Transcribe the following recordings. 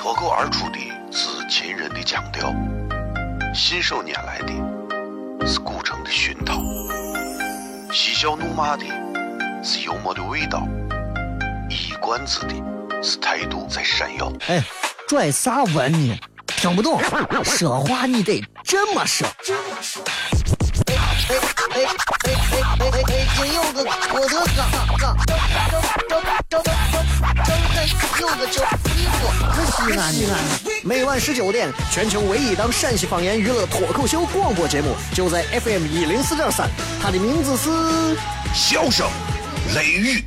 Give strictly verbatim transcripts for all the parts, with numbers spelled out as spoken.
脱口而出的是秦人的腔调，信手拈来的是古城的熏陶，嬉笑怒骂的是幽默的味道，一冠子的是态度在闪耀。 哎，拽啥文呢？听不懂，说话你得这么说。哎哎哎哎哎哎！北京有个郭德纲，张张张张张张有个叫李果，可西安西安。每晚十九点，全球唯一档陕西方言娱乐脱口秀广播节目，就在 F M 一零四点三。它的名字是《 笑声雷雨》。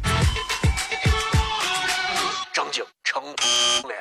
张景成脸。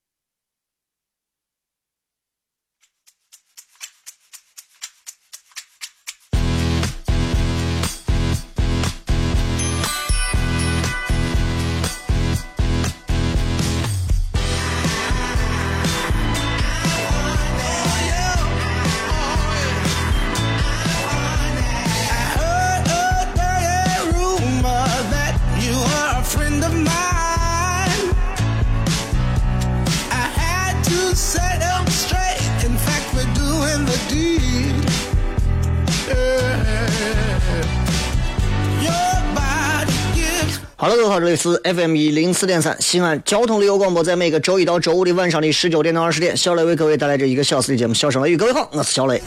好了，各位好，这里是 F M 一零四点三西安交通旅游广播，在每个周一到周五的晚上的十九点到二十点，小雷为各位带来这一个小时的节目《笑声雷雨》。各位好，我是小雷。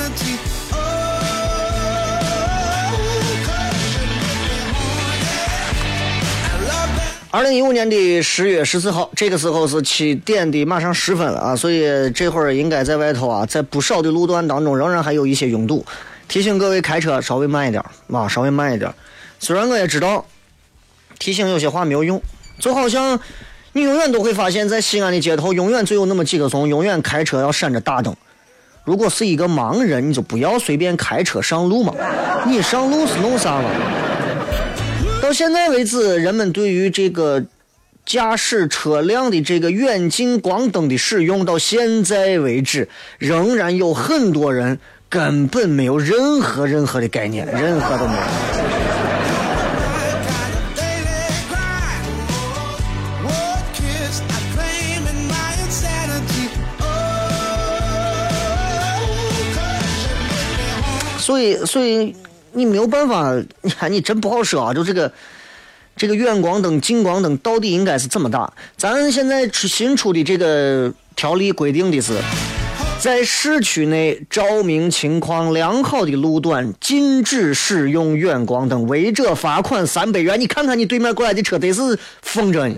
二零一五年的十月十四号，这个时候是七点的马上十分了啊，所以这会儿应该在外头啊，在不少的路段当中仍然还有一些拥堵，提醒各位开车稍微慢一点啊，稍微慢一点。虽然我也知道提醒有些话没有用，就好像你永远都会发现，在西安的街头永远只有那么几个怂，永远开车要闪着大灯。如果是一个盲人，你就不要随便开车上路嘛，你上路是弄啥嘛？到现在为止，人们对于这个驾驶车辆的这个远近光灯的使用，到现在为止仍然有很多人根本没有任何任何的概念，任何都没有。所以，所以你没有办法，你看你真不好说啊！就这个，这个远光灯、近光灯到底应该是这么大？咱现在新出的这个条例规定的是，在市区内照明情况良好的路段禁止使用远光灯，违者罚款三百元。你看看你对面过来的车得是疯着你。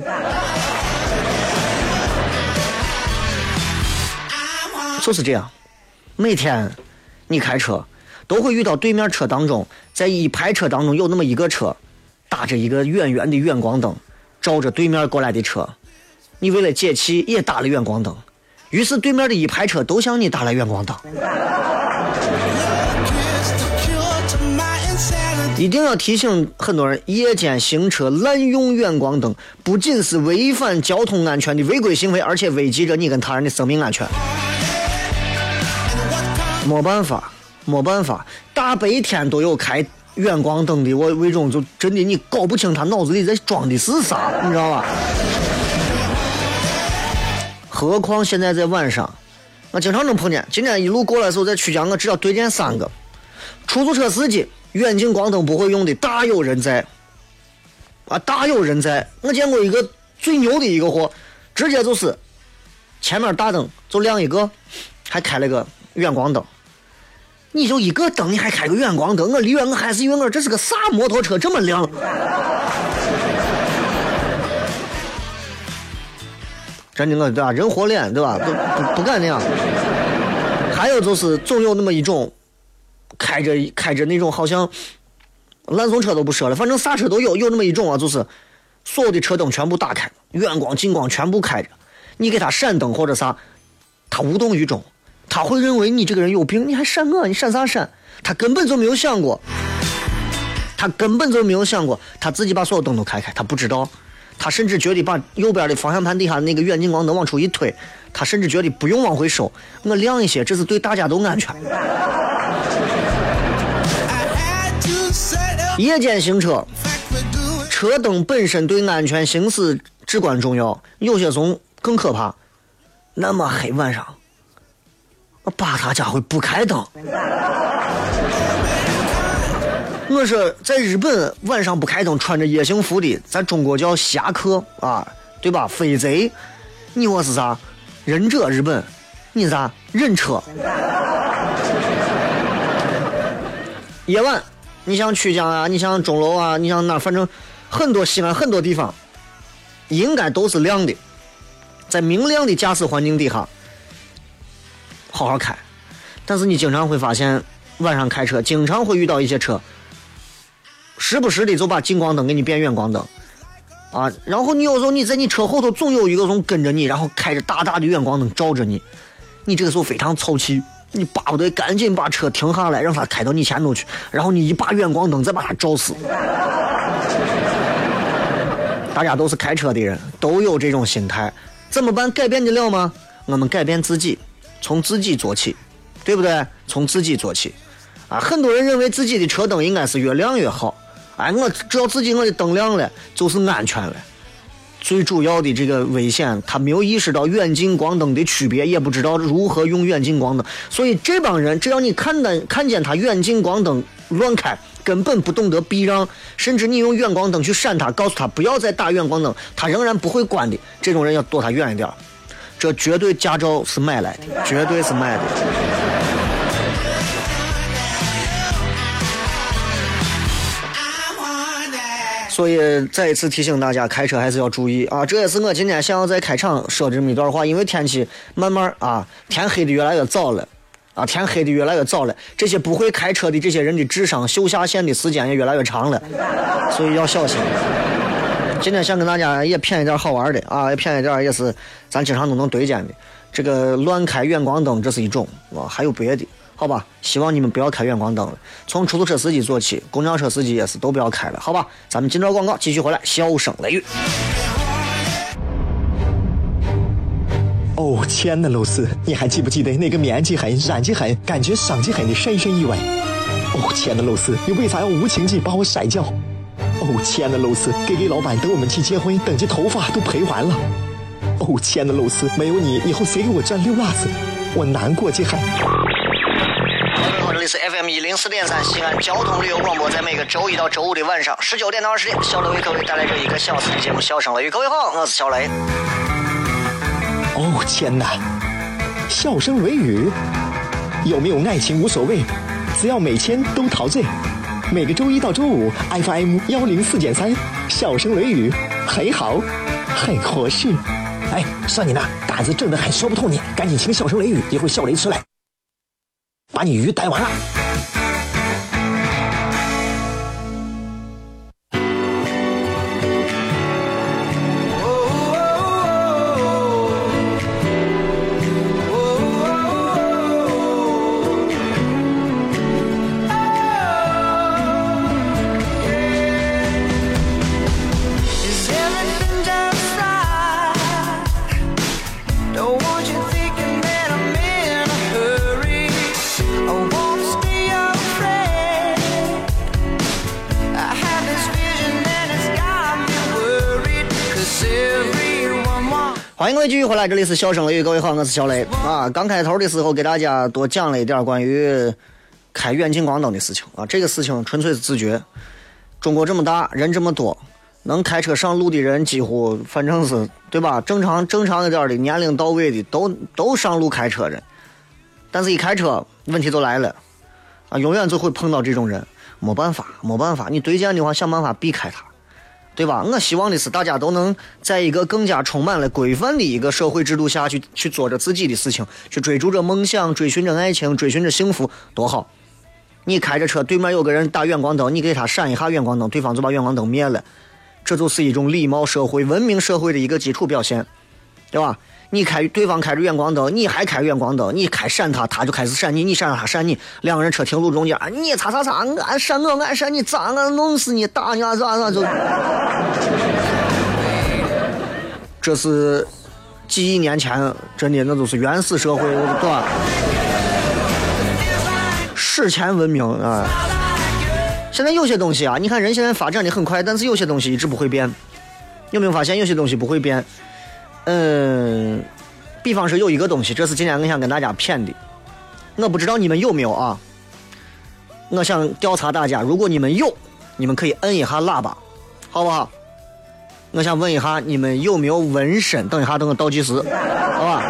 就是这样，每天你开车都会遇到对面车当中，在一排车当中有那么一个车打着一个远远的远光灯照着对面过来的车，你为了解气也打了远光灯，于是对面的一排车都向你打了远光灯。一定要提醒很多人，夜间行车滥用远光灯不仅是违反交通安全的违规行为，而且危及着你跟他人的生命安全。没办法没办法，大白天都有开远光灯的，我为种就真的你搞不清他脑子里在装的是啥，你知道吧？何况现在在晚上，我经常能碰见。今天一路过来的时候，在曲江我只要对见三个出租车司机，远近光灯不会用的，大有人在啊，大有人在。我见过一个最牛的一个货，直接就是前面大灯就亮一个，还开了个远光灯。你就一个灯，你还开个远光灯，我离远我还是以为我这是个啥摩托车这么亮。真的我对吧？人活脸对吧？不不不敢那样。还有就是总有那么一种开着开着那种好像烂怂车都不说了，反正啥车都有，有那么一种啊，就是所有的车灯全部打开，远光近光全部开着，你给他闪灯或者啥，他无动于衷。他会认为你这个人有病，你还闪我，你闪啥闪？他根本就没有想过，他根本就没有想过，他自己把所有灯都开开，他不知道，他甚至觉得把右边的方向盘底下那个远近光灯往出一推，他甚至觉得不用往回收，我亮一些，这是对大家都安全。夜间行车，车灯本身对安全行驶至关重要，有些怂更可怕。 那么黑晚上，把他家会不开灯。我说在日本晚上不开灯，穿着夜行服的，在中国叫侠客啊，对吧？飞贼，你我是啥？忍者，日本，你啥？忍车。夜晚，你像曲江啊，你像钟楼啊，你像哪，反正很多西安很多地方，应该都是亮的，在明亮的驾驶环境底下，好好开。但是你经常会发现，晚上开车经常会遇到一些车，时不时的就把近光灯给你变远光灯，啊，然后你有时候你在你车后头总有一个人跟着你，然后开着大大的远光灯照着你，你这个时候非常操气。你巴不得赶紧把车停下来，让他开到你前头去，然后你一把远光灯再把他照死。大家都是开车的人，都有这种心态，怎么办？改变得了吗？我们改变自己，从自己做起，对不对？从自己做起啊！很多人认为自己的车灯应该是越亮越好，哎，我知道自己我的灯亮了就是安全了。最主要的这个危险，他没有意识到远近光灯的区别，也不知道如何用远近光灯，所以这帮人只要你看到看见他远近光灯乱开，根本不懂得避让，甚至你用远光灯去闪他，告诉他不要再打远光灯，他仍然不会关的，这种人要躲他远一点。这绝对驾照是买来的，绝对是买的。所以再一次提醒大家，开车还是要注意啊！这也是我今天想要在开场说这么一段话，因为天气慢慢啊，天黑的越来越早了，啊，天黑的越来越早了，这些不会开车的这些人的智商秀下限的时间也越来越长了，所以要小心。今天想跟大家也骗一点好玩的啊，也骗一点也是咱经常都能对见的。这个乱开远光灯这是一种啊，还有别的。好吧，希望你们不要开远光灯了，从出租车司机做起，公交车司机也是都不要开了，好吧？咱们今朝广告继续回来，笑声雷雨。 哦，亲爱的露丝，你还记不记得那个棉积狠、染剂狠、感觉伤及狠的深深意外？哦，亲爱的露丝，你为啥要无情地把我甩掉？哦，亲爱的露丝，给给老板等我们去结婚，等这头发都赔完了。哦，亲爱的露丝，没有你，以后谁给我赚溜辣子？我难过极狠。 这里是 F M 一零四点三西安交通旅游广播，在每个周一到周五的晚上十九点到二十点，小雷为各位带来这一个小时的节目《笑声雷雨》。各位好，我是小雷。 哦天哪，笑声雷雨，有没有爱情无所谓，只要每天都陶醉。每个周一到周五 F M 幺零四点三，笑声雷雨，很好，很合适。哎，算你那胆子正的很，说不透你，赶紧请笑声雷雨，一会儿笑雷出来。把你鱼逮完了。 欢迎各位继续回来，这里是笑声雷雨，各位好，我是小雷啊。刚开头的时候给大家多讲了一点关于开远近光灯的事情啊，这个事情纯粹是自觉。中国这么大，人这么多，能开车上路的人几乎反正是对吧？正常正常一点的年龄到位的都都上路开车人，但是一开车问题都来了啊，永远就会碰到这种人，没办法没办法，你对见的话想办法避开他。对吧？我希望的是大家都能在一个更加充满了规范的一个社会制度下去去做着自己的事情，去追逐着梦想，追寻着爱情，追寻着幸福，多好！你开着车，对面有个人打远光灯，你给他闪一下远光灯，对方就把远光灯灭了，这就是一种礼貌社会、文明社会的一个基础表现，对吧？你开对方开着远光灯，你还开远光灯，你开闪他，他就开始闪你，你闪他，他闪你，两个人车停路中间，你擦擦擦，俺闪我，俺闪你，咋俺弄死你，打你啊，咋咋就。这是几亿年前，真的那都是原始社会，对吧？史前文明啊。现在有些东西啊，你看人现在发展的很快，但是有些东西一直不会变。有没有发现有些东西不会变？嗯， 比方说有一个东西，这是今天我想跟大家骗的，我不知道你们有没有啊？我想调查大家，如果你们有，你们可以摁一下喇叭，好不好？我想问一下，你们有没有纹身？等一下，等我倒计时，好吧？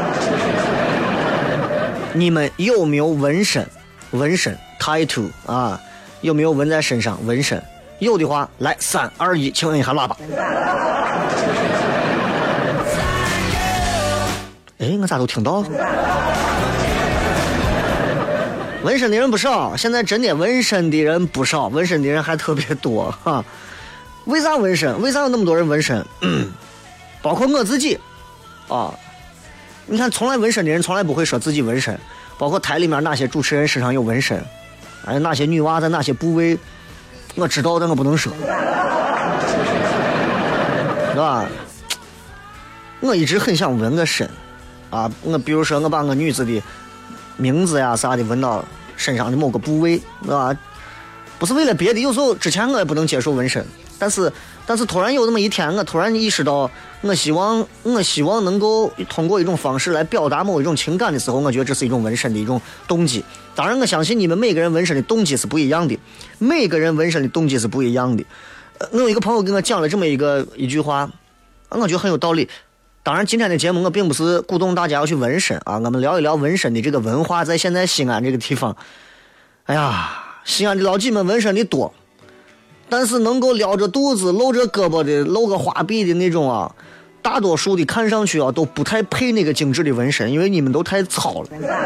你们有没有纹身？纹身 tattoo 啊，有没有纹在身上？纹身有的话，来三二一，请摁一下喇叭。哎，我咋都听到了？纹身的人不少，现在真的纹身的人不少，纹身的人还特别多哈。为啥纹身？为啥有那么多人纹身？嗯、包括我自己啊。你看，从来纹身的人从来不会说自己纹身，包括台里面那些主持人身上有纹身，哎，那些女娃在那些部位，我知道，但我不能说，是吧？我一直很想纹个身啊，我比如说我把我女子的名字呀啥的纹到身上的某个部位，啊，不是为了别的。有时候之前我也不能接受纹身，但是但是突然有那么一天，我突然意识到，我希望我希望能够通过一种方式来表达某一种情感的时候，我觉得这是一种纹身的一种动机。当然，我相信你们每个人纹身的动机是不一样的，每个人纹身的动机是不一样的。呃，我有一个朋友跟我讲了这么一个一句话，我觉得很有道理。当然今天的节目我并不是鼓动大家要去纹身啊，我们聊一聊纹身的这个文化。在现在西安这个地方，哎呀，西安的老几们纹身的多，但是能够撩着肚子露着胳膊的露个花臂的那种啊，大多数的看上去啊都不太配那个精致的纹身，因为你们都太糙了。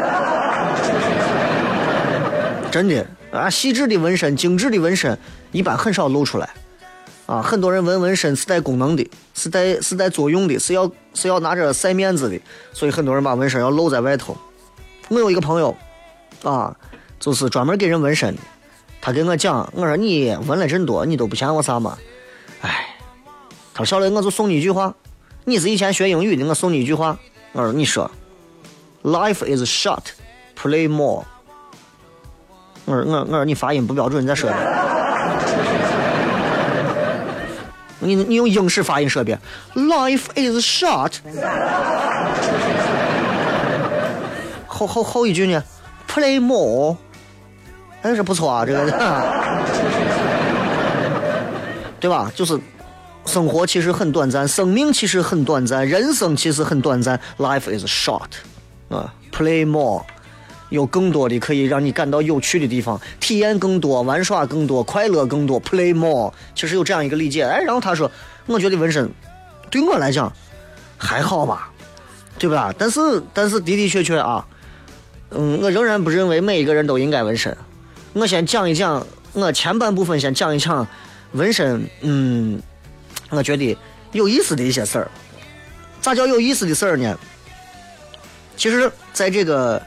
真的啊，细致的纹身精致的纹身一般很少露出来啊，很多人纹纹身是带功能的，是带是带作用的，是要是要拿着晒面子的，所以很多人把纹身要露在外头。我有一个朋友啊，就是专门给人纹身的，他跟我讲，我说你纹了真多，你都不嫌我啥吗？哎，他说小雷，我就送你一句话，你是以前学英语的，我送你一句话，我说你说 ，Life is short, play more。我说我我说你发音不标准，你再说一遍。你你用英式发音说一遍 ，Life is short。后后后一句呢 ，Play more。哎，这不错啊，这个，对吧？就是生活其实很短暂，生命其实很短暂，人生其实很短暂。Life is short， 啊 ，Play more。有更多的可以让你感到有趣的地方，体验更多，玩耍更多，快乐更多 ，play more。其实有这样一个理解。哎，然后他说，我觉得纹身对我来讲还好吧，对吧？但是但是的的确确啊，嗯，我仍然不认为每一个人都应该纹身。我先讲一讲，我前半部分先讲一讲纹身，嗯，我觉得有意思的一些事儿。咋叫有意思的事儿呢？其实在这个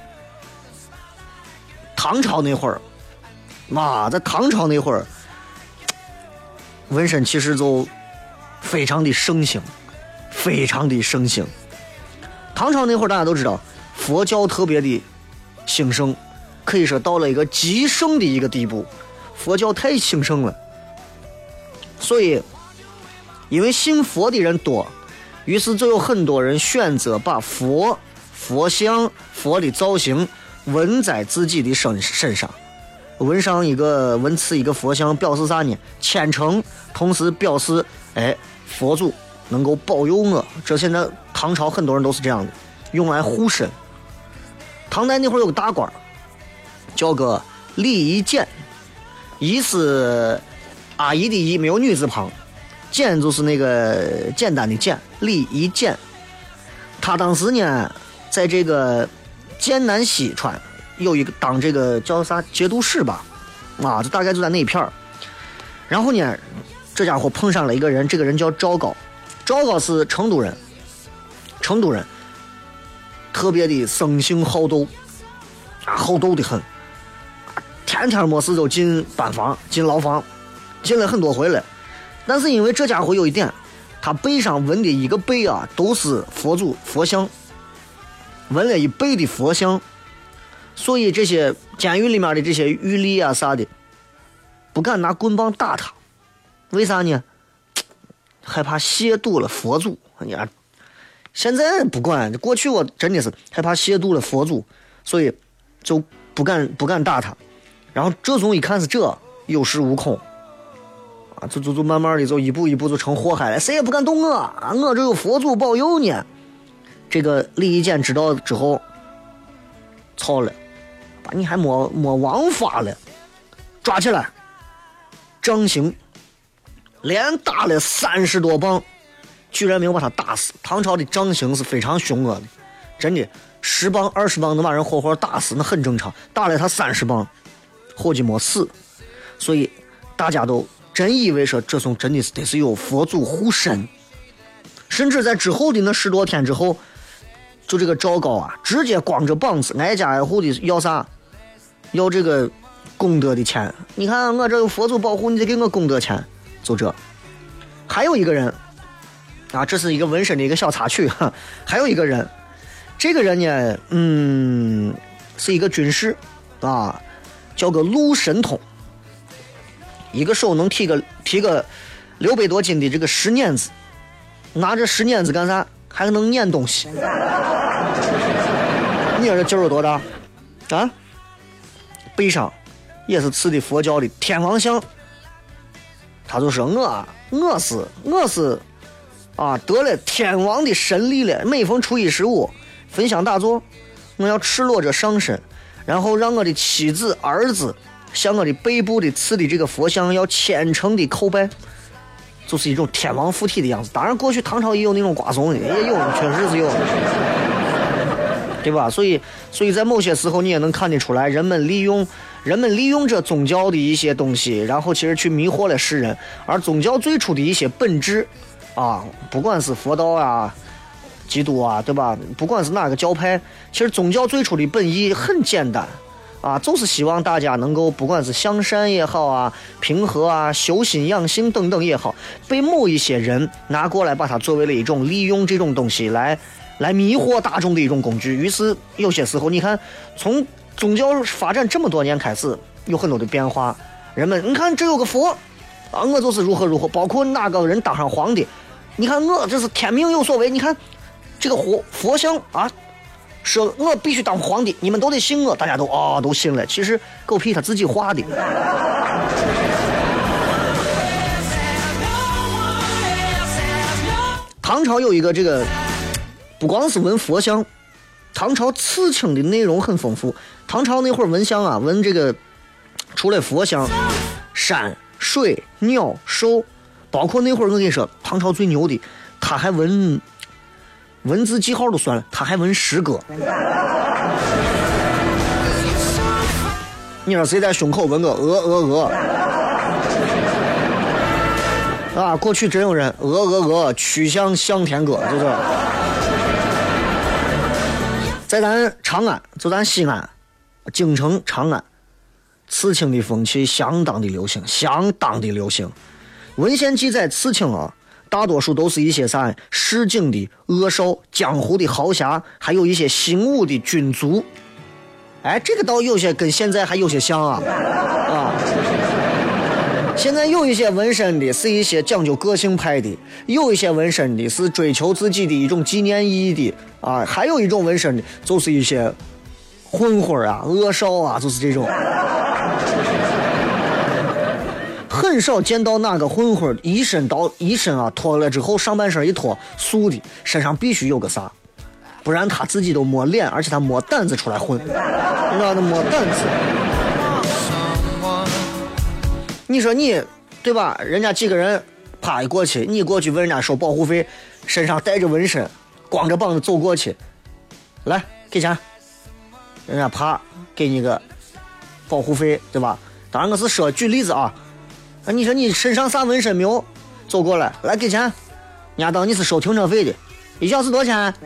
唐朝那会儿，哇，在唐朝那会儿，纹身其实就非常的盛行，非常的盛行。唐朝那会儿大家都知道，佛教特别的兴盛，可以说到了一个极盛的一个地步，佛教太兴盛了。所以，因为信佛的人多，于是就有很多人选择把佛、佛像、佛的造型纹在自己的身身上，纹上一个纹刺一个佛像，表示啥呢？虔诚，同时表示哎佛祖能够保佑我。这现在唐朝很多人都是这样的，用来护身。唐代那会儿有个大官，叫个李夷简，夷是阿姨的夷，没有女字旁，简就是那个简单的简，李夷简。他当时呢，在这个剑南西川有一个当这个叫啥节度使吧，啊，这大概就在那一片儿。然后呢，这家伙碰上了一个人，这个人叫赵高，赵高是成都人，成都人特别的生性好斗，啊，好斗的很，天天没事就进班房、进牢房，进了很多回了。但是因为这家伙有一点，他背上纹的一个背啊，都是佛祖佛像。纹了一背的佛像，所以这些监狱里面的这些狱吏啊啥的，不敢拿棍棒打他，为啥呢？害怕亵渎了佛祖。你看， 现在不管，过去我真的是害怕亵渎了佛祖，所以就不敢不敢打他。然后这种一看是这有恃无恐啊，就就就慢慢的就一步一步就成祸害了，谁也不敢动我啊，我这有佛祖保佑呢。这个李一坚知道之后，操了，把你还没没王法了，抓起来，杖刑，连打了三十多棒。居然没有把他打死。唐朝的杖刑是非常凶恶的，真的，十棒二十棒能把人活活打死，那很正常。打了他三十棒，伙计没死，所以大家都真以为说这种真的是得是有佛祖护身。甚至在之后的那十多天之后，就这个赵高啊，直接光着膀子挨家挨户的要啥？要这个功德的钱。你看我这有佛祖保护，你得给我功德钱。就这。还有一个人。啊，这是一个纹身的一个小插曲哈。还有一个人，这个人呢，嗯，是一个军士啊，叫个陆神通，一个手能提个提个六百多斤的这个石碾子，拿着石碾子干啥？还能碾东西。你说这劲儿有多大啊？背上也是刺的佛教的天王像。他就说我我是我是。啊，得了天王的神力了！每逢初一十五，分享大作，我要赤裸着上身，然后让我的妻子、儿子向我的背部的刺的这个佛像要虔诚的叩拜，就是一种天王附体的样子。当然，过去唐朝也有那种瓜怂的，也有，确实是有，对吧？所以，所以在某些时候你也能看得出来，人们利用人们利用这宗教的一些东西，然后其实去迷惑了世人，而宗教最初的一些本质。啊，不管是佛道啊、基督啊，对吧？不管是哪个教派，其实宗教最初的本意很简单，啊，就是希望大家能够，不管是向善也好啊、平和啊、修心养性等等也好，被某一些人拿过来，把它作为了一种利用这种东西来来迷惑大众的一种工具。于是有些时候，你看，从宗教发展这么多年开始，有很多的变化。人们，你看这有个佛啊，我就是如何如何，包括哪个人当上皇帝。你看我这是天命有所为，你看这个佛佛像啊，说我必须当皇帝，你们都得信我，大家都啊、哦、都信了。其实狗屁他自己画的。唐朝有一个这个，不光是纹佛像，唐朝刺青的内容很丰富。唐朝那会儿纹像啊，纹这个除了佛像、山水鸟兽。包括那会儿我跟你说，唐朝最牛的，他还纹文字记号都算了，他还纹诗歌。你说谁在胸口纹个鹅鹅鹅？啊，过去真有人鹅鹅鹅，曲项向天歌，就是。在咱长安，就咱西安，京城长安，刺青的风气相当的流行，相当的流行。文献记载刺青啊，大多数都是一些啥市井的恶少、江湖的豪侠，还有一些兴武的军卒。哎，这个倒有些跟现在还有些像啊啊！现在有一些纹身的是一些讲究个性派的，有一些纹身的是追求自己的一种纪念意义的啊，还有一种纹身的就是一些混混啊、恶少啊，就是这种。很少见到哪个混混一身到一身啊脱了之后，上半身一脱素的，身上必须有个啥，不然他自己都没脸，而且他没胆子出来混，你知道他没胆子。你说你对吧？人家几个人啪一过去，你过去问人家收保护费，身上带着纹身，光着膀子走过去，来给钱，人家啪给你个保护费，对吧？当然我是说举例子啊。你说你身上啥纹身没有？走过来，来给钱，人家当你是收停车费的，一小时多少钱？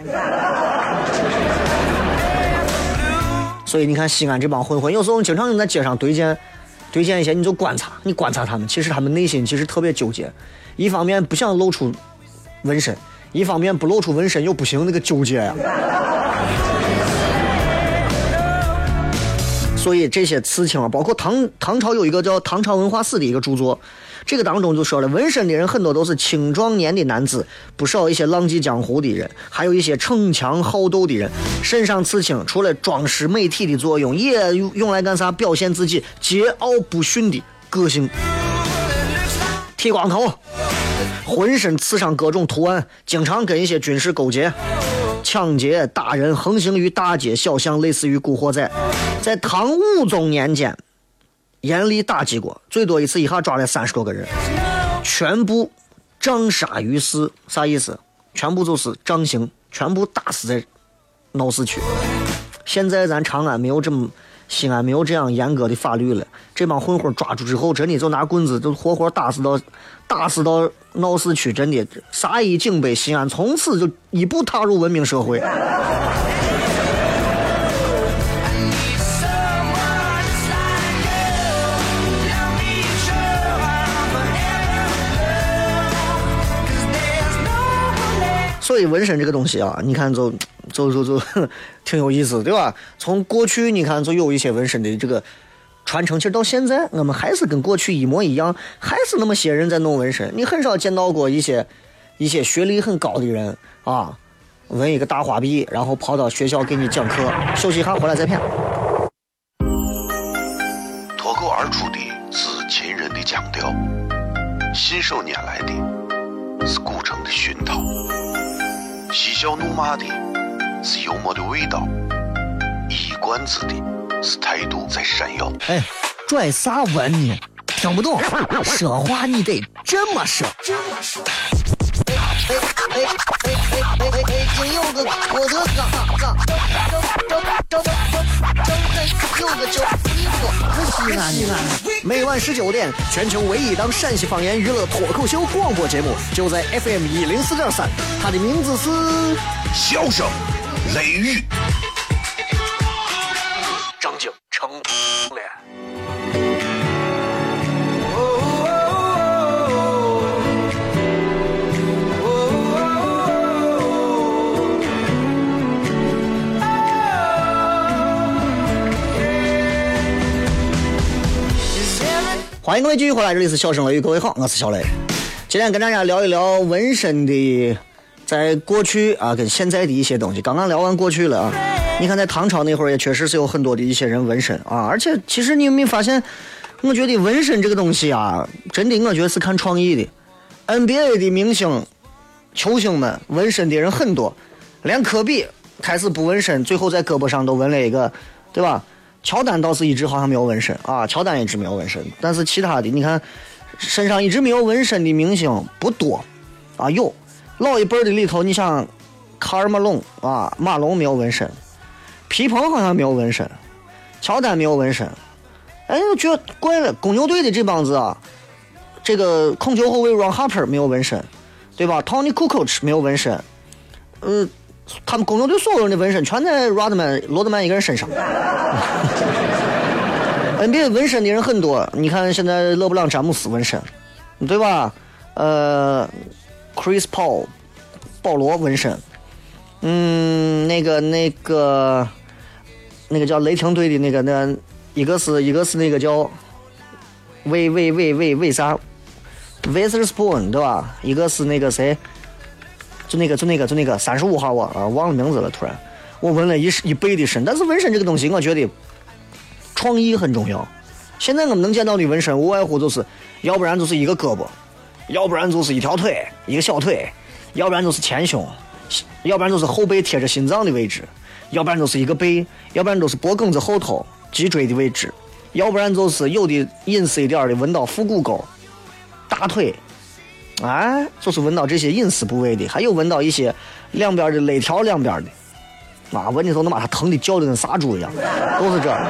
所以你看西安这帮混混，有时候经常在街上对见，对见一些，你就观察，你观察他们，其实他们内心其实特别纠结，一方面不想露出纹身，一方面不露出纹身又不行，那个纠结呀、啊。 所以这些刺青啊，包括唐唐朝有一个叫《唐朝文化史》的一个著作，这个当中就说了，纹身的人很多都是青壮年的男子，不少一些浪迹江湖的人，还有一些逞强好斗的人。身上刺青除了装饰美体的作用，也用来干啥？表现自己桀骜不驯的个性。剃光头，浑身刺上各种图案，经常跟一些军事勾结，抢劫打人，横行于大街小巷，类似于古惑仔。在唐武宗年间严厉打击过，最多一次一下抓了三十多个人，全部杖杀于市。啥意思？全部就是杖刑，全部打死在闹市区。现在咱长安没有这么西安没有这样严格的法律了，这帮混混抓住之后，真的就拿棍子就活活打死到打死到闹市区，真的杀一警备，西安从此就一步踏入文明社会。所以纹身这个东西啊，你看就就就就挺有意思，对吧？从过去你看就有一些纹身的这个传承，其实到现在我们还是跟过去一模一样，还是那么些人在弄纹身。你很少见到过一些一些学历很高的人啊，纹一个大花臂，然后跑到学校给你讲课。休息一下回来再片。 脱口而出的是秦人的腔调，信手拈来的是古城的熏陶，嬉笑怒骂的是幽默的味道，一冠子的是态度在闪耀。 哎，拽啥文呢？听不懂，说话你得这么说。 哎哎哎哎哎哎哎！金柚子，我的嘎嘎，招招招招招招有个叫衣服，不西安的。每晚十九点，全球唯一档陕西方言娱乐脱口秀广播节目，就在 F M 一零四点三，它的名字是笑声雷雨。 张景成脸。欢迎各位继续回来，这里是笑声雷雨，各位好，我是小雷。今天跟大家聊一聊纹身的，在过去啊跟现在的一些东西。刚刚聊完过去了啊，你看在唐朝那会儿也确实是有很多的一些人纹身啊，而且其实你有没有发现，我觉得纹身这个东西啊，真的我觉得是看创意的。N B A 的明星球星们纹身的人很多，连科比开始不纹身，最后在胳膊上都纹了一个，对吧？乔丹倒是一直好像没有纹身啊，乔丹一直没有纹身，但是其他的你看身上一直没有纹身的明星不多啊，有老一辈的里头，你像卡尔马龙啊，马龙没有纹身，皮蓬好像没有纹身，乔丹没有纹身，哎，我觉得怪了，公牛队的这帮子啊，这个控球后卫 Ron Harper 没有纹身，对吧 ？Tony Kukoc 没有纹身，呃。他们公牛队所有人的纹身全在 Rodman 罗德曼一个人身上。N B A 纹身的人很多，你看现在勒布朗詹姆斯纹身，对吧？呃 ，Chris Paul 保罗纹身，嗯，那个那个那个叫雷霆队的那个那一个是一个是那个叫魏魏魏魏魏啥 Witherspoon 对吧？一个是那个谁？就那个就那个就那个三十五号我啊忘了名字了，突然我纹了一一倍的身，但是纹身这个东西我觉得创意很重要。现在我们能见到的纹身无外乎就是要不然就是一个胳膊，要不然就是一条腿一个小腿，要不然就是前胸，要不然就是后背贴着心脏的位置，要不然就是一个背，要不然就是脖梗子后头脊椎的位置，要不然就是有的隐私一点的纹到腹股沟大腿，哎，就是纹到这些隐私部位的，还有纹到一些两边的肋条两边的，啊，纹的时候能把它疼的叫的跟杀猪一样，都是这。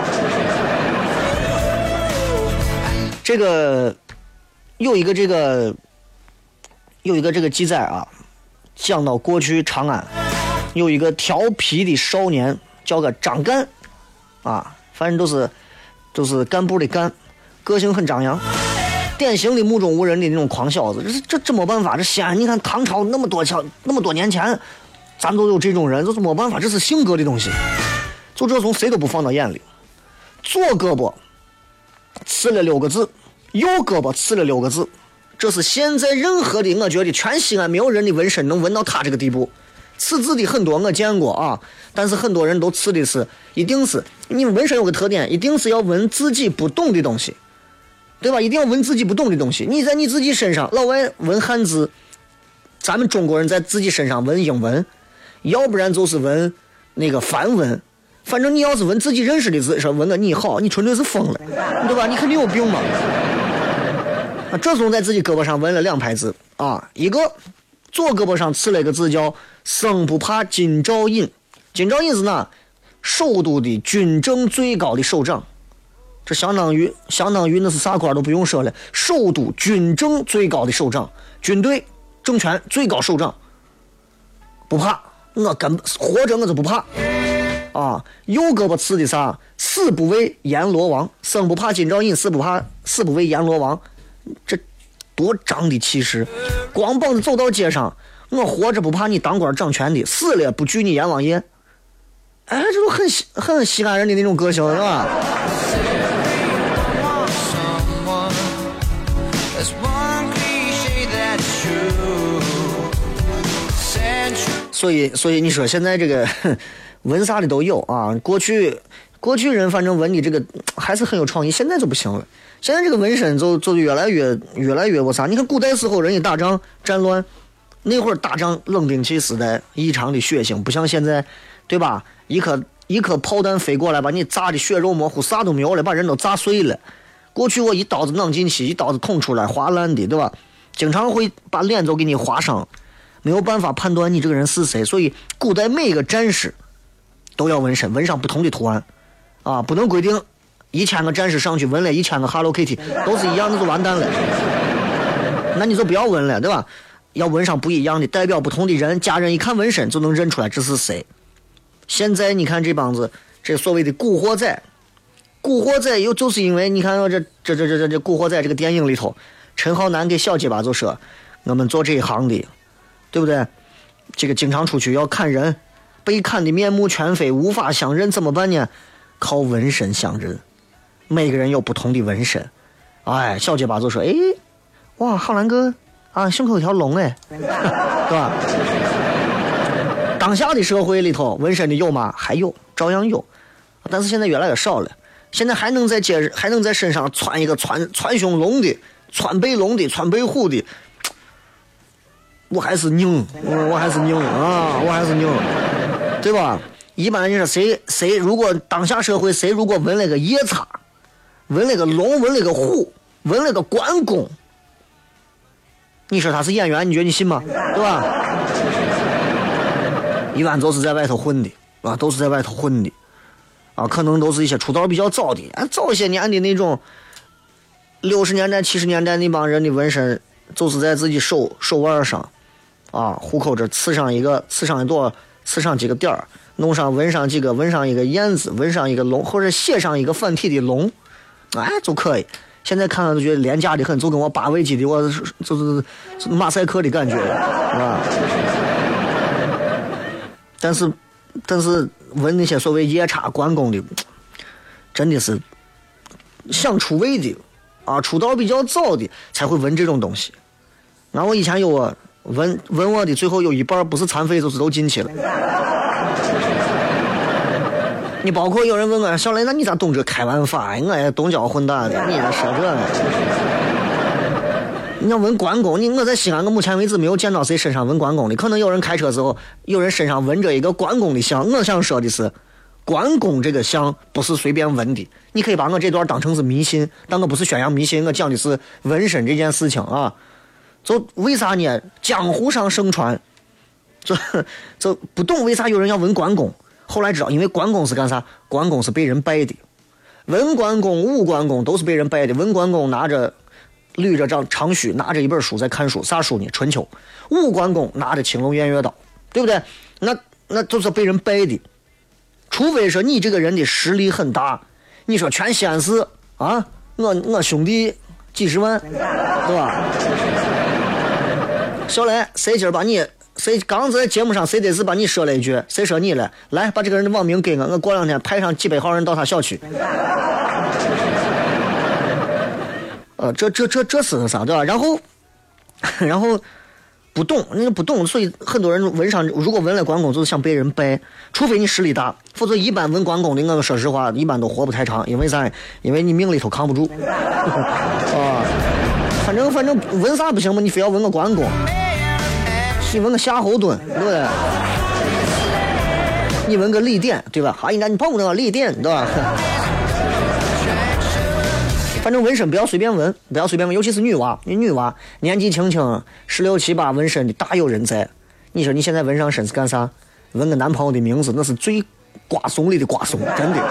这个有一个这个有一个这个记载啊，讲到过去长安有一个调皮的少年叫个张干，啊，反正都是都是干部的干，个性很张扬。典型的目中无人的那种狂小子，这这这没办法，这西安你看唐朝那么多强那么多年前，咱都有这种人，这是没办法，这是性格的东西，就这从谁都不放到眼里。 左胳膊刺了六个字，右胳膊刺了六个字，这是现在任何的，我觉得全西安没有人的纹身能纹到他这个地步。刺字的很多我见过啊，但是很多人都刺的是，一定是你纹身有个特点，一定是要纹自己不懂的东西，对吧？一定要纹自己不懂的东西。你在你自己身上，老外纹汉字，咱们中国人在自己身上纹英文，要不然就是纹那个梵文。反正你要是纹自己认识的字，说纹个你好，你纯粹是疯了，对吧？你肯定有病嘛。啊，这时候在自己胳膊上纹了两排字啊，一个左胳膊上刺了一个字叫生不怕金兆尹，金兆尹是哪？首都的军政最高的首长，这相当于相当于那是啥官都不用说了，首都军政最高的首长，军队政权最高首长，不怕，我根本活着我就不怕。啊，右胳膊刺的啥？死不为阎罗王，生不怕金兆尹，死不怕死不为阎罗王，这多张的气势！光膀子走到街上，我活着不怕你当官掌权的，死了不惧你阎王爷。哎，这都很很西安人的那种个性，是吧？所以，所以你说现在这个。纹啥的都有啊，过去过去人反正纹的这个还是很有创意，现在就不行了。现在这个纹身就就越来越越来越我啥？你看古代时候人一打仗战乱，那会儿打仗冷兵器时代异常的血腥，不像现在，对吧？一颗一颗炮弹飞过来，把你炸的血肉模糊，啥都没有了，把人都炸碎了。过去我一刀子攮进去，一刀子捅出来，划烂的，对吧？经常会把脸都给你划伤，没有办法判断你这个人是谁。所以古代每个战士都要纹身，纹上不同的图案，啊，不能规定一千个战士上去纹了一千个 Hello Kitty 都是一样的就完蛋了，那你就不要纹了，对吧？要纹上不一样的，代表不同的人，家人一看纹身就能认出来这是谁。现在你看这帮子这所谓的古惑仔，古惑仔又就是因为你看这这这这这这古惑仔这个电影里头，陈浩南给小结巴就说，我们做这一行的，对不对？这个经常出去要看人。被看的面目全非，无法相认，怎么办呢？靠纹身相认。每个人有不同的纹身。哎，小结巴就说：“哎，哇，浩南哥啊，胸口有条龙哎，对吧？”当下的社会里头，纹身的有吗？还有，照样有，但是现在越来越少了。现在还能在街还能在身上穿一个穿穿胸龙的、穿背龙的、穿背虎的，我还是拧，我我还是拧啊，我还是拧。对吧？一般人说谁谁如果当下社会谁如果纹了个夜叉，纹了个龙，纹了个虎，纹了个关公，你说他是演员，你觉得你信吗？对吧？一般都是在外头混的啊，都是在外头混的啊，可能都是一些出道比较早的，啊，早些年的那种六十年代、七十年代那帮人的纹身，就是在自己手手腕上啊，虎口这刺上一个，刺上一朵。刺上几个点儿，弄上纹上几个，纹上一个燕子，纹上一个龙，或者写上一个繁体的龙，哎，就可以。现在看了就觉得廉价的很，就跟我八位机的我就是马赛克的感觉，是吧？但是，但是纹那些所谓夜叉、关公的，真的是想出位的啊，出道比较早的才会纹这种东西。然后我以前有我。问问我的最后有一半不是残废就是都进去了。你包括有人问我小雷，那你咋懂这开玩法？我也东郊混蛋的，你这说这个。你要问关公，你我在西安，我目前为止没有见到谁身上纹关公的。可能有人开车之后，有人身上纹着一个关公的像。我想说的是，关公这个像不是随便纹的。你可以把我这段当成是迷信，但我不是宣扬迷信，我讲的是纹身这件事情啊。就为啥呢？江湖上盛传，就就不懂为啥有人要纹关公。后来知道，因为关公是干啥？关公是被人拜的，文关公、武关公都是被人拜的。文关公拿着捋着长长须，拿着一本书在看书，啥书呢？春秋。武关公拿着青龙偃月刀，对不对？那那就是被人拜的。除非说你这个人的实力很大，你说全西安市啊，我我兄弟几十万，对吧？小雷，谁今儿把你谁刚在节目上谁得是把你说了一句，谁说你了？来把这个人的网名给我，我过两天派上几百号人到他小区。呃，这这这这是啥对吧？然后，然后不懂，人家不懂，所以很多人问上，如果问了关公，就是想被人拜，除非你实力大，否则一般问关公的，我们说实话，一般都活不太长，因为啥？因为你命里头扛不住。啊，反正反正问啥不行嘛，你非要问个关公，你问个夏侯惇，对不对？你问个李典，对吧？啊，应该你碰不到李典，对吧？反正纹身不要随便纹，不要随便纹，尤其是女娃，你女娃年纪轻轻十六七八纹身的大有人在。你说你现在纹上身是干啥？纹个男朋友的名字，那是最瓜怂里的瓜怂，真的。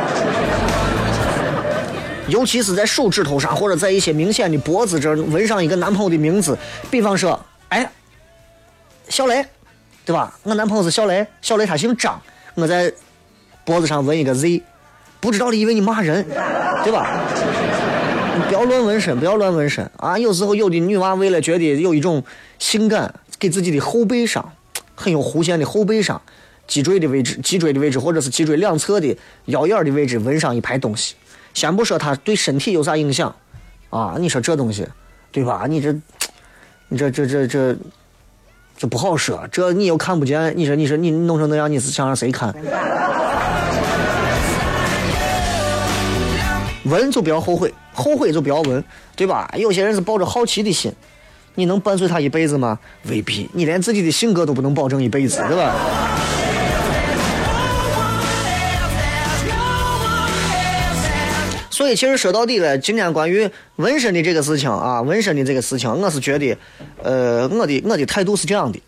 尤其是在手指头上或者在一些明显的脖子这儿纹上一个男朋友的名字，比方说，哎，小雷，对吧？我男朋友是小雷，小雷他姓张，我在脖子上纹一个 Z， 不知道的以为你骂人，对吧？不要乱纹身，不要乱纹身啊！有时候有的女娃为了觉得有一种性感，给自己的后背上很有弧线的后背上、脊椎的位置、脊椎的位置，或者是脊椎两侧的腰眼的位置纹上一排东西。先不说它对身体有啥影响啊，你说这东西，对吧？你这，你这这这这这不好说，这你又看不见，你说你说你弄成那样，你是想让谁看？纹就不要后悔，后悔就不要纹，对吧？有些人是抱着好奇的心，你能伴随他一辈子吗？未必，你连自己的性格都不能保证一辈子，对吧？所以其实说到底了，今天关于纹身的这个事情啊，纹身的这个事情，我是觉得，呃，我的我的态度是这样的。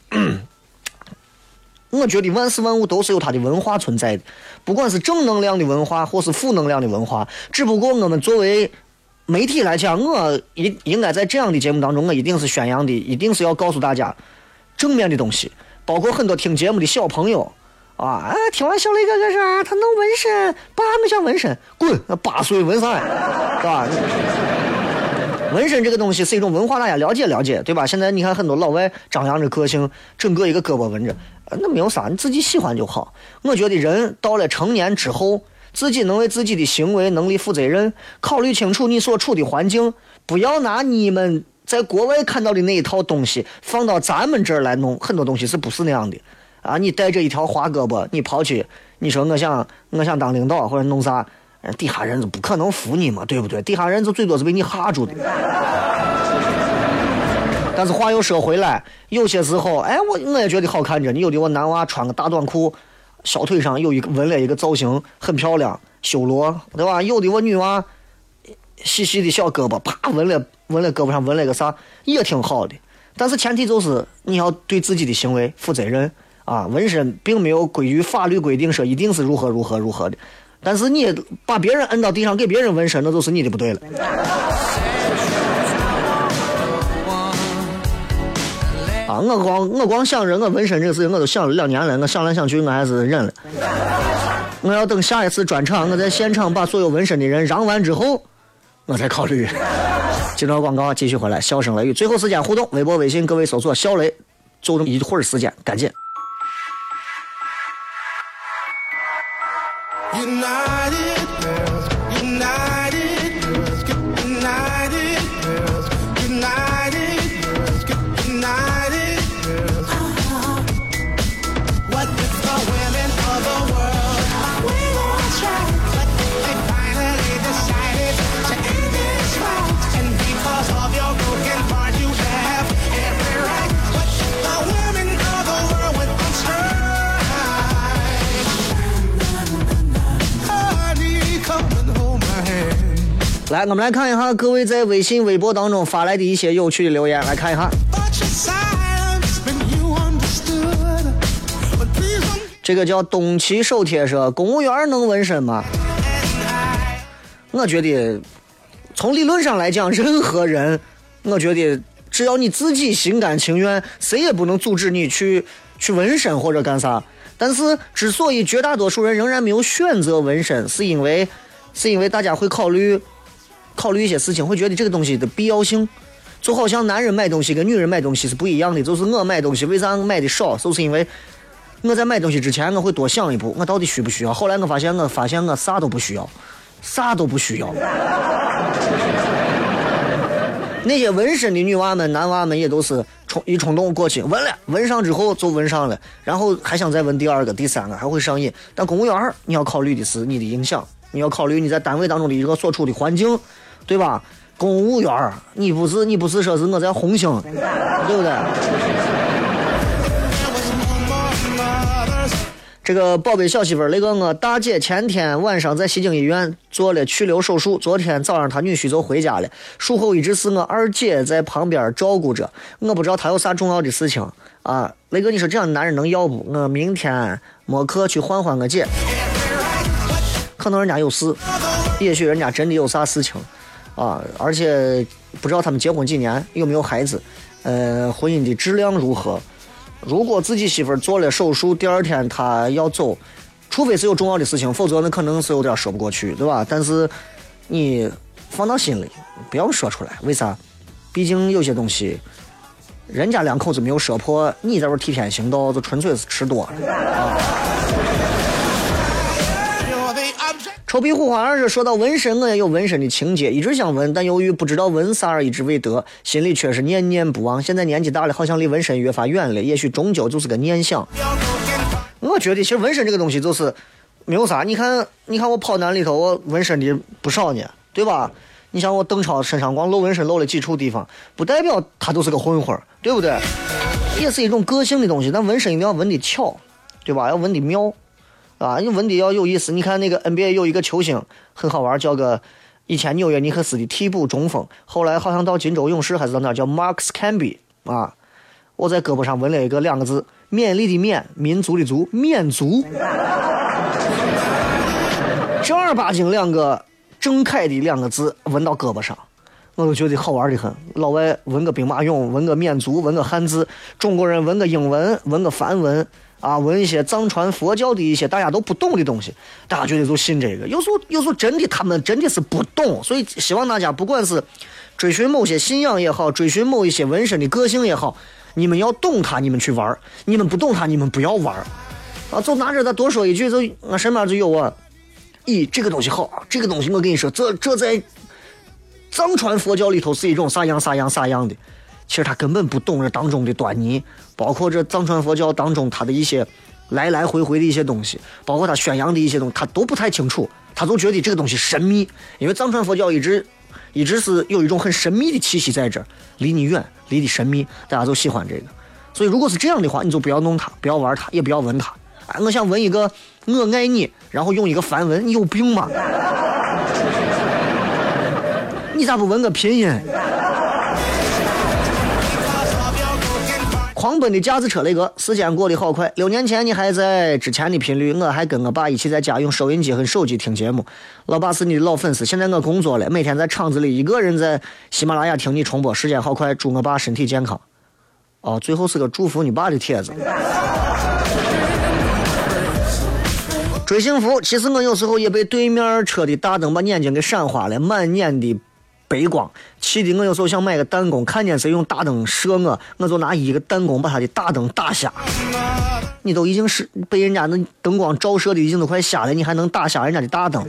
我觉得万事万物都是有它的文化存在的，不管是正能量的文化或是负能量的文化，只不过我们作为媒体来讲，我应应该在这样的节目当中，我一定是宣扬的，一定是要告诉大家正面的东西，包括很多听节目的小朋友啊，啊听完小雷哥哥说他能纹身，爸没想纹身，滚，八岁纹啥呀，对吧？纹身这个东西是一种文化，大家了解了解，对吧？现在你看很多老外张扬着个性，整个一个胳膊纹着，那没有啥，你自己喜欢就好。我觉得人到了成年之后，自己能为自己的行为能力负责任，考虑清楚你所处的环境，不要拿你们在国外看到的那一套东西放到咱们这儿来弄，很多东西是不是那样的啊？你带着一条花胳膊，你跑去，你说我想我想当领导或者弄啥，底下人就不可能服你嘛，对不对？底下人就最多是被你吓住的。但是话又说回来，有些时候，哎，我我也觉得好看着。你有的我男娃穿个大短裤，小腿上有一个纹了一个造型，很漂亮，修罗，对吧？有的我女娃细细的小胳膊，啪纹了纹了胳膊上纹了个啥，也挺好的。但是前提就是你要对自己的行为负责任啊。纹身并没有规矩法律规定说一定是如何如何如何的。但是你把别人摁到地上给别人纹身，那就是你的不对了。啊，我光我光想着我纹身这个事情，我都想了两年了，我想来想去，我还是忍了。我要等下一次专场，我在现场把所有纹身的人让完之后，我才考虑。接着广告继续回来，笑声雷雨，最后时间互动，微博微信各位搜索小雷，就这么一会儿时间，感谢。United girls, United girls, United girls, United girls, United girls. Uh-huh. What if the women of the world we won't try, but they finally decided to end this fight, and because of your broken heart you have every right. But the women of the world went on strike.来，我们来看一下各位在微信微博当中发来的一些有趣的留言，来看一下。这个叫东齐手贴说，公务员能纹身吗？我觉得从理论上来讲，任何人，我觉得只要你自己心甘情愿，谁也不能阻止你去去纹身或者干啥。但是之所以绝大多数人仍然没有选择纹身，是因为是因为大家会考虑考虑一些事情，会觉得这个东西的必要性。 就好像男人买东西跟女人买东西是不一样的，就是我买东西为啥买的少，就是因为我在买东西之前我会多想一步，我到底需不需要。后来我发现我发现我啥都不需要，啥都不需要。那些纹身的女娃们男娃们也都是冲一冲动过去纹了，纹上之后就纹上了，然后还想再纹第二个第三个，还会上瘾。但公务员你要考虑的是你的影响，你要考虑你在单位当中的一个所处的环境，对吧？公务员你不是你不是说是我在红星，对不对？这个宝贝小媳妇，那个我大姐前天晚上在西京医院做了去瘤手术，昨天早上她女婿就回家了，术后一直是我二姐在旁边照顾着，我不知道她有啥重要的事情啊。那个你说这样的男人能要不？我明天没课去换换我姐，可能人家有事，也许人家真的有啥事情啊，而且不知道他们结婚几年，有没有孩子，呃，婚姻的质量如何。如果自己媳妇做了手术，第二天她要走，除非是有重要的事情，否则那可能是有点说不过去，对吧？但是你放到心里，不要说出来。为啥？毕竟有些东西，人家两口子没有说破，你在这替天行道，就纯粹是吃多了啊。臭屁虎好像是说到纹身，我也有纹身的情节，一直想纹，但由于不知道纹啥而一直未得，心里却是念念不忘。现在年纪大了，好像离纹身越发远了，也许终究就是个念想。我觉得其实纹身这个东西就是没有啥，你看你看我跑男里头我纹身的不少呢，对吧？你像我邓超身上光露纹身露了几处地方，不代表他都是个混混，对不对？也是一种个性的东西，但纹身一定要纹的巧，对吧？要纹的妙啊，你纹的要有意思。你看那个 N B A 有一个球星很好玩，叫个以前纽约尼克斯的替补中锋，后来好像到金州勇士还是到哪叫 Marcus Camby 啊。我在胳膊上纹了一个两个字，勉力的勉，民族的族，缅族，正儿八经两个正楷的两个字纹到胳膊上，我都觉得好玩的很。老外纹个兵马俑，纹个缅族，纹个汉字，中国人纹个英文，纹个梵文啊，纹一些藏传佛教的一些大家都不懂的东西，大家觉得就信这个。有时候有时候真的他们真的是不懂，所以希望大家不管是追寻某些信仰也好，追寻某一些纹身的个性也好，你们要懂它，你们去玩；你们不懂它，你们不要玩。啊，就拿着他多说一句，就我身边就有啊，咦，这个东西好，这个东西我跟你说，这这在藏传佛教里头是一种啥样啥样啥样的。其实他根本不懂这当中的端倪，包括这藏传佛教当中他的一些来来回回的一些东西，包括他宣扬的一些东西，他都不太清楚，他都觉得这个东西神秘，因为藏传佛教一直一直是有一种很神秘的气息在这儿，离你远，离你神秘，大家都喜欢这个。所以如果是这样的话，你就不要弄它，不要玩它，也不要纹它。哎，我想纹一个我爱你，然后用一个梵文，你有病吗？你咋不纹个拼音？狂奔的架子车雷哥，时间过得好快。六年前你还在之前的频率，我还跟我爸一起在家用收音机和手机听节目。老爸是你的老粉丝，现在我工作了，每天在厂子里一个人在喜马拉雅听你重播。时间好快，祝我爸身体健康。哦，最后是个祝福你爸的帖子。追幸福，其实我有时候也被对面车的大灯把眼睛给闪花了，满眼的背光，气的我有时候想买个弹弓，看见谁用大灯射我，我就拿一个弹弓把他的大灯打瞎。你都已经是被人家的灯光照射的已经都快瞎了，你还能打瞎人家的大灯？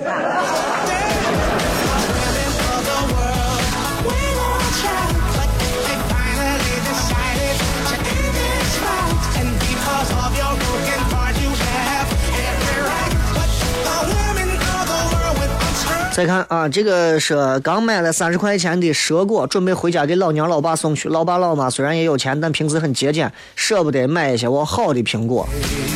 再看啊，这个是刚买了三十块钱的蛇果，准备回家给老娘老爸送去。老爸老妈虽然也有钱，但平时很节俭，舍不得买一些我好的苹果。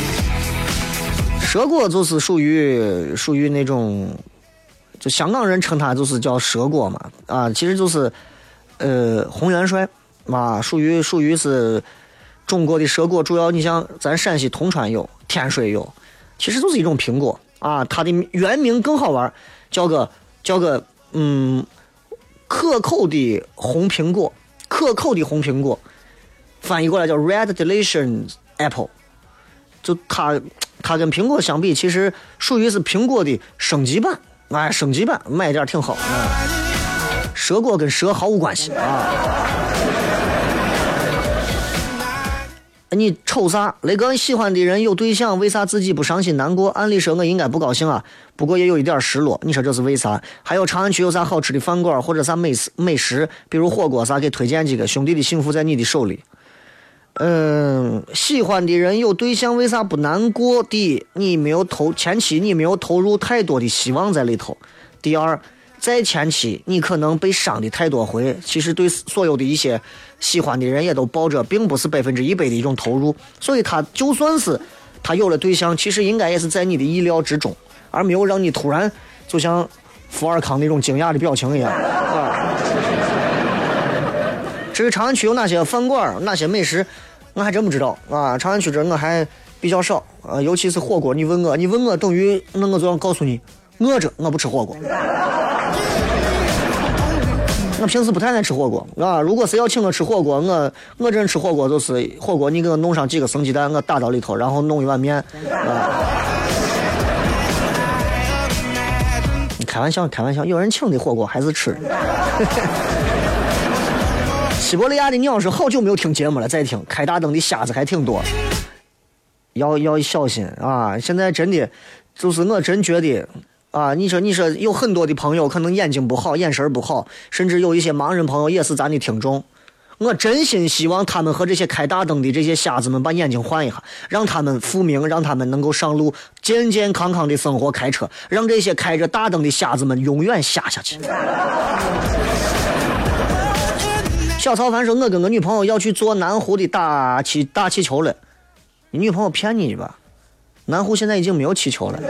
蛇果就是属于属于那种，就香港人称它就是叫蛇果嘛，啊，其实就是呃红元帅啊，属于属于是中国的蛇果，主要你像咱陕西铜川有，天水有，其实就是一种苹果啊，它的原名更好玩。叫个叫个嗯，可口的红苹果，可口的红苹果，翻译过来叫 Red Delicious Apple。就它它跟苹果相比，其实属于是苹果的升级版，哎，升级版买点挺好。嗯、蛇果跟蛇毫无关系啊。 你瞅啥？雷哥喜欢的人有对象，为啥自己不伤心难过？按理说我应该不高兴啊，不过也有一点失落。你说这是为啥？还有长安区有啥好吃的饭馆或者啥美食美食，比如火锅啥，给推荐几个。兄弟的幸福在你的手里。嗯，喜欢的人有对象，为啥不难过？第一，你没有投前期，你没有投入太多的希望在里头。第二，在前期你可能被伤的太多回，其实对所有的一些喜欢的人也都抱着并不是百分之一百的一种投入，所以他就算是他有了对象，其实应该也是在你的意料之中，而没有让你突然就像福尔康那种惊讶的表情一样啊。至于长安区有哪些饭馆哪些美食我还真不知道啊，长安区这我还比较少啊，尤其是火锅，你问我你问我等于那我就要告诉你，饿着我不吃火锅。我平时不太爱吃火锅啊，如果是要请我吃火锅，我我这人吃火锅就是火锅你给我弄上几个生鸡蛋，我打到里头，然后弄一碗面啊。你开玩笑开玩笑，有人请的火锅还是吃。西伯利亚的鸟是好久没有听节目了，再听开大灯的瞎子还挺多，要要小心啊！现在真的就是我真觉得啊，你说你说有很多的朋友可能眼睛不好，眼神不好，甚至有一些盲人朋友也是咱的听众。我真心希望他们和这些开大灯的这些瞎子们把眼睛换一下，让他们复明，让他们能够上路，健健康康的生活开车，让这些开着大灯的瞎子们永远瞎下去。小曹凡说我跟我女朋友要去做南湖的大气大气球了，你女朋友骗你吧？南湖现在已经没有气球了。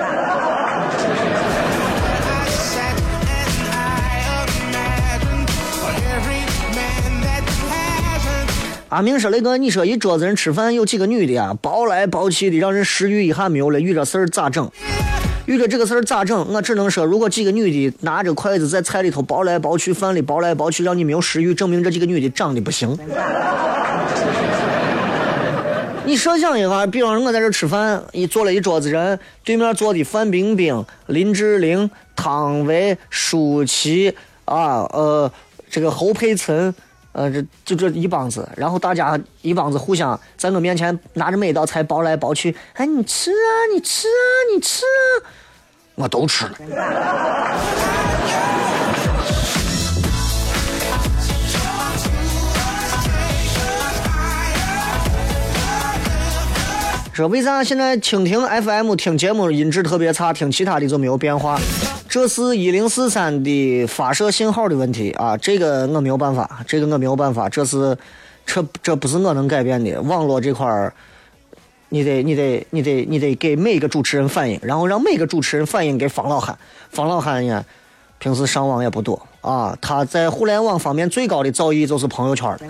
阿明说雷哥，你说一桌子人吃饭有几个女的啊，包来包去的，让人食欲一下没有了，遇着事儿咋整？遇着这个事儿咋整？我只能说，如果几个女的拿着筷子在菜里头包来包去，饭里包来包去，让你没有食欲，证明这几个女的长得不行。你设想一下，比方说我在这吃饭，一坐了一桌子人，对面坐的范冰冰、林志玲、汤唯、舒淇啊，呃，这个侯佩岑。呃，这就这一帮子，然后大家一帮子互相在我面前拿着每一道菜包来包去，哎，你吃啊，你吃啊，你吃啊，我都吃了。说为啥现在蜻蜓 F M 听节目音质特别差，听其他的就没有变化？这是一零四三的发射信号的问题啊，这个我没有办法，这个我没有办法，这是这这不是我能改变的。网络这块儿，你得你得你得你得给每个主持人反映，然后让每个主持人反映给方老汉。方老汉呀，平时上网也不多啊，他在互联网方面最高的造诣就是朋友圈。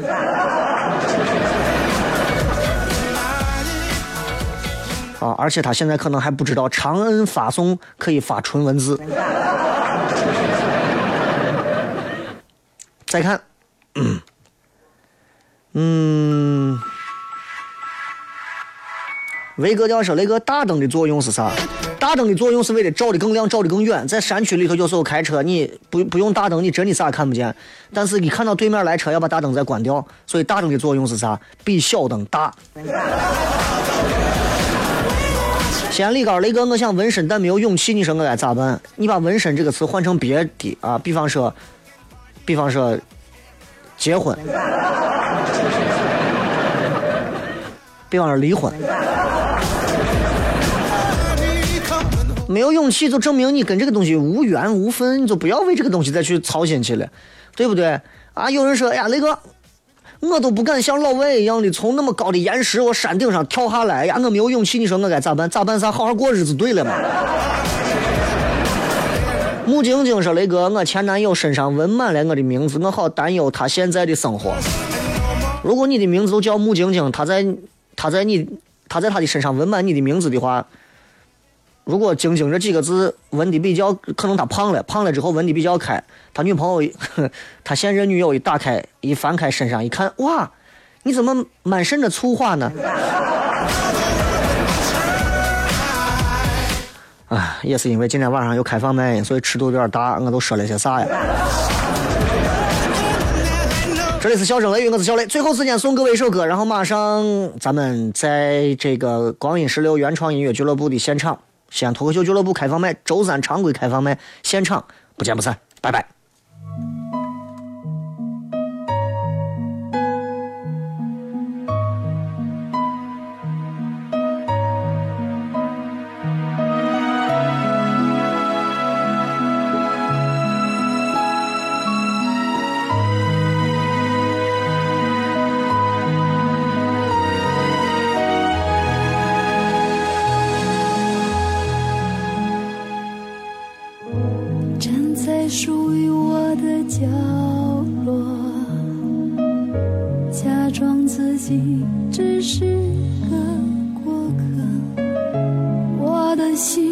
啊！而且他现在可能还不知道长按发送可以发纯文字。再看，嗯，嗯，维哥教授，雷哥大灯的作用是啥？大灯的作用是为了照得更亮，照得更远。在山区里头，有时候开车你不不用大灯，你真的啥也看不见。但是你看到对面来车，要把大灯再关掉。所以大灯的作用是啥？比小灯大。西安李高雷哥，我想纹身但没有勇气，你说我该咋办？你把纹身这个词换成别的啊，比方说，比方说，结婚，比方说离婚。没有勇气就证明你跟这个东西无缘无分，你就不要为这个东西再去操心去了，对不对？啊，有人说，哎呀，雷哥。我都不敢像老外一样的从那么高的岩石我山顶上跳下来呀，我没有勇气，你说我该咋办？咋办啥？好好过日子对了嘛。穆晶晶说雷哥，我前男友身上纹满了我的名字，我好担忧他现在的生活。如果你的名字都叫穆晶晶，他在他在你他在他的身上纹满你的名字的话，如果晶晶这几个字纹的比较，可能他胖了，胖了之后纹的比较开，他女朋友他现任女友一打开一翻开身上一看，哇，你怎么满身的粗话呢？啊，也是因为今天晚上有开放麦，所以尺度有点大，我都说了些啥呀？ 这里是笑声雷雨，我是小雷。最后时间送各位一首歌，然后马上咱们在这个光阴十六原创音乐俱乐部的现场，西安脱口秀俱乐部开放麦，周三常规开放麦现场，不见不散，拜拜。 属于我的角落，假装自己只是个过客，我的心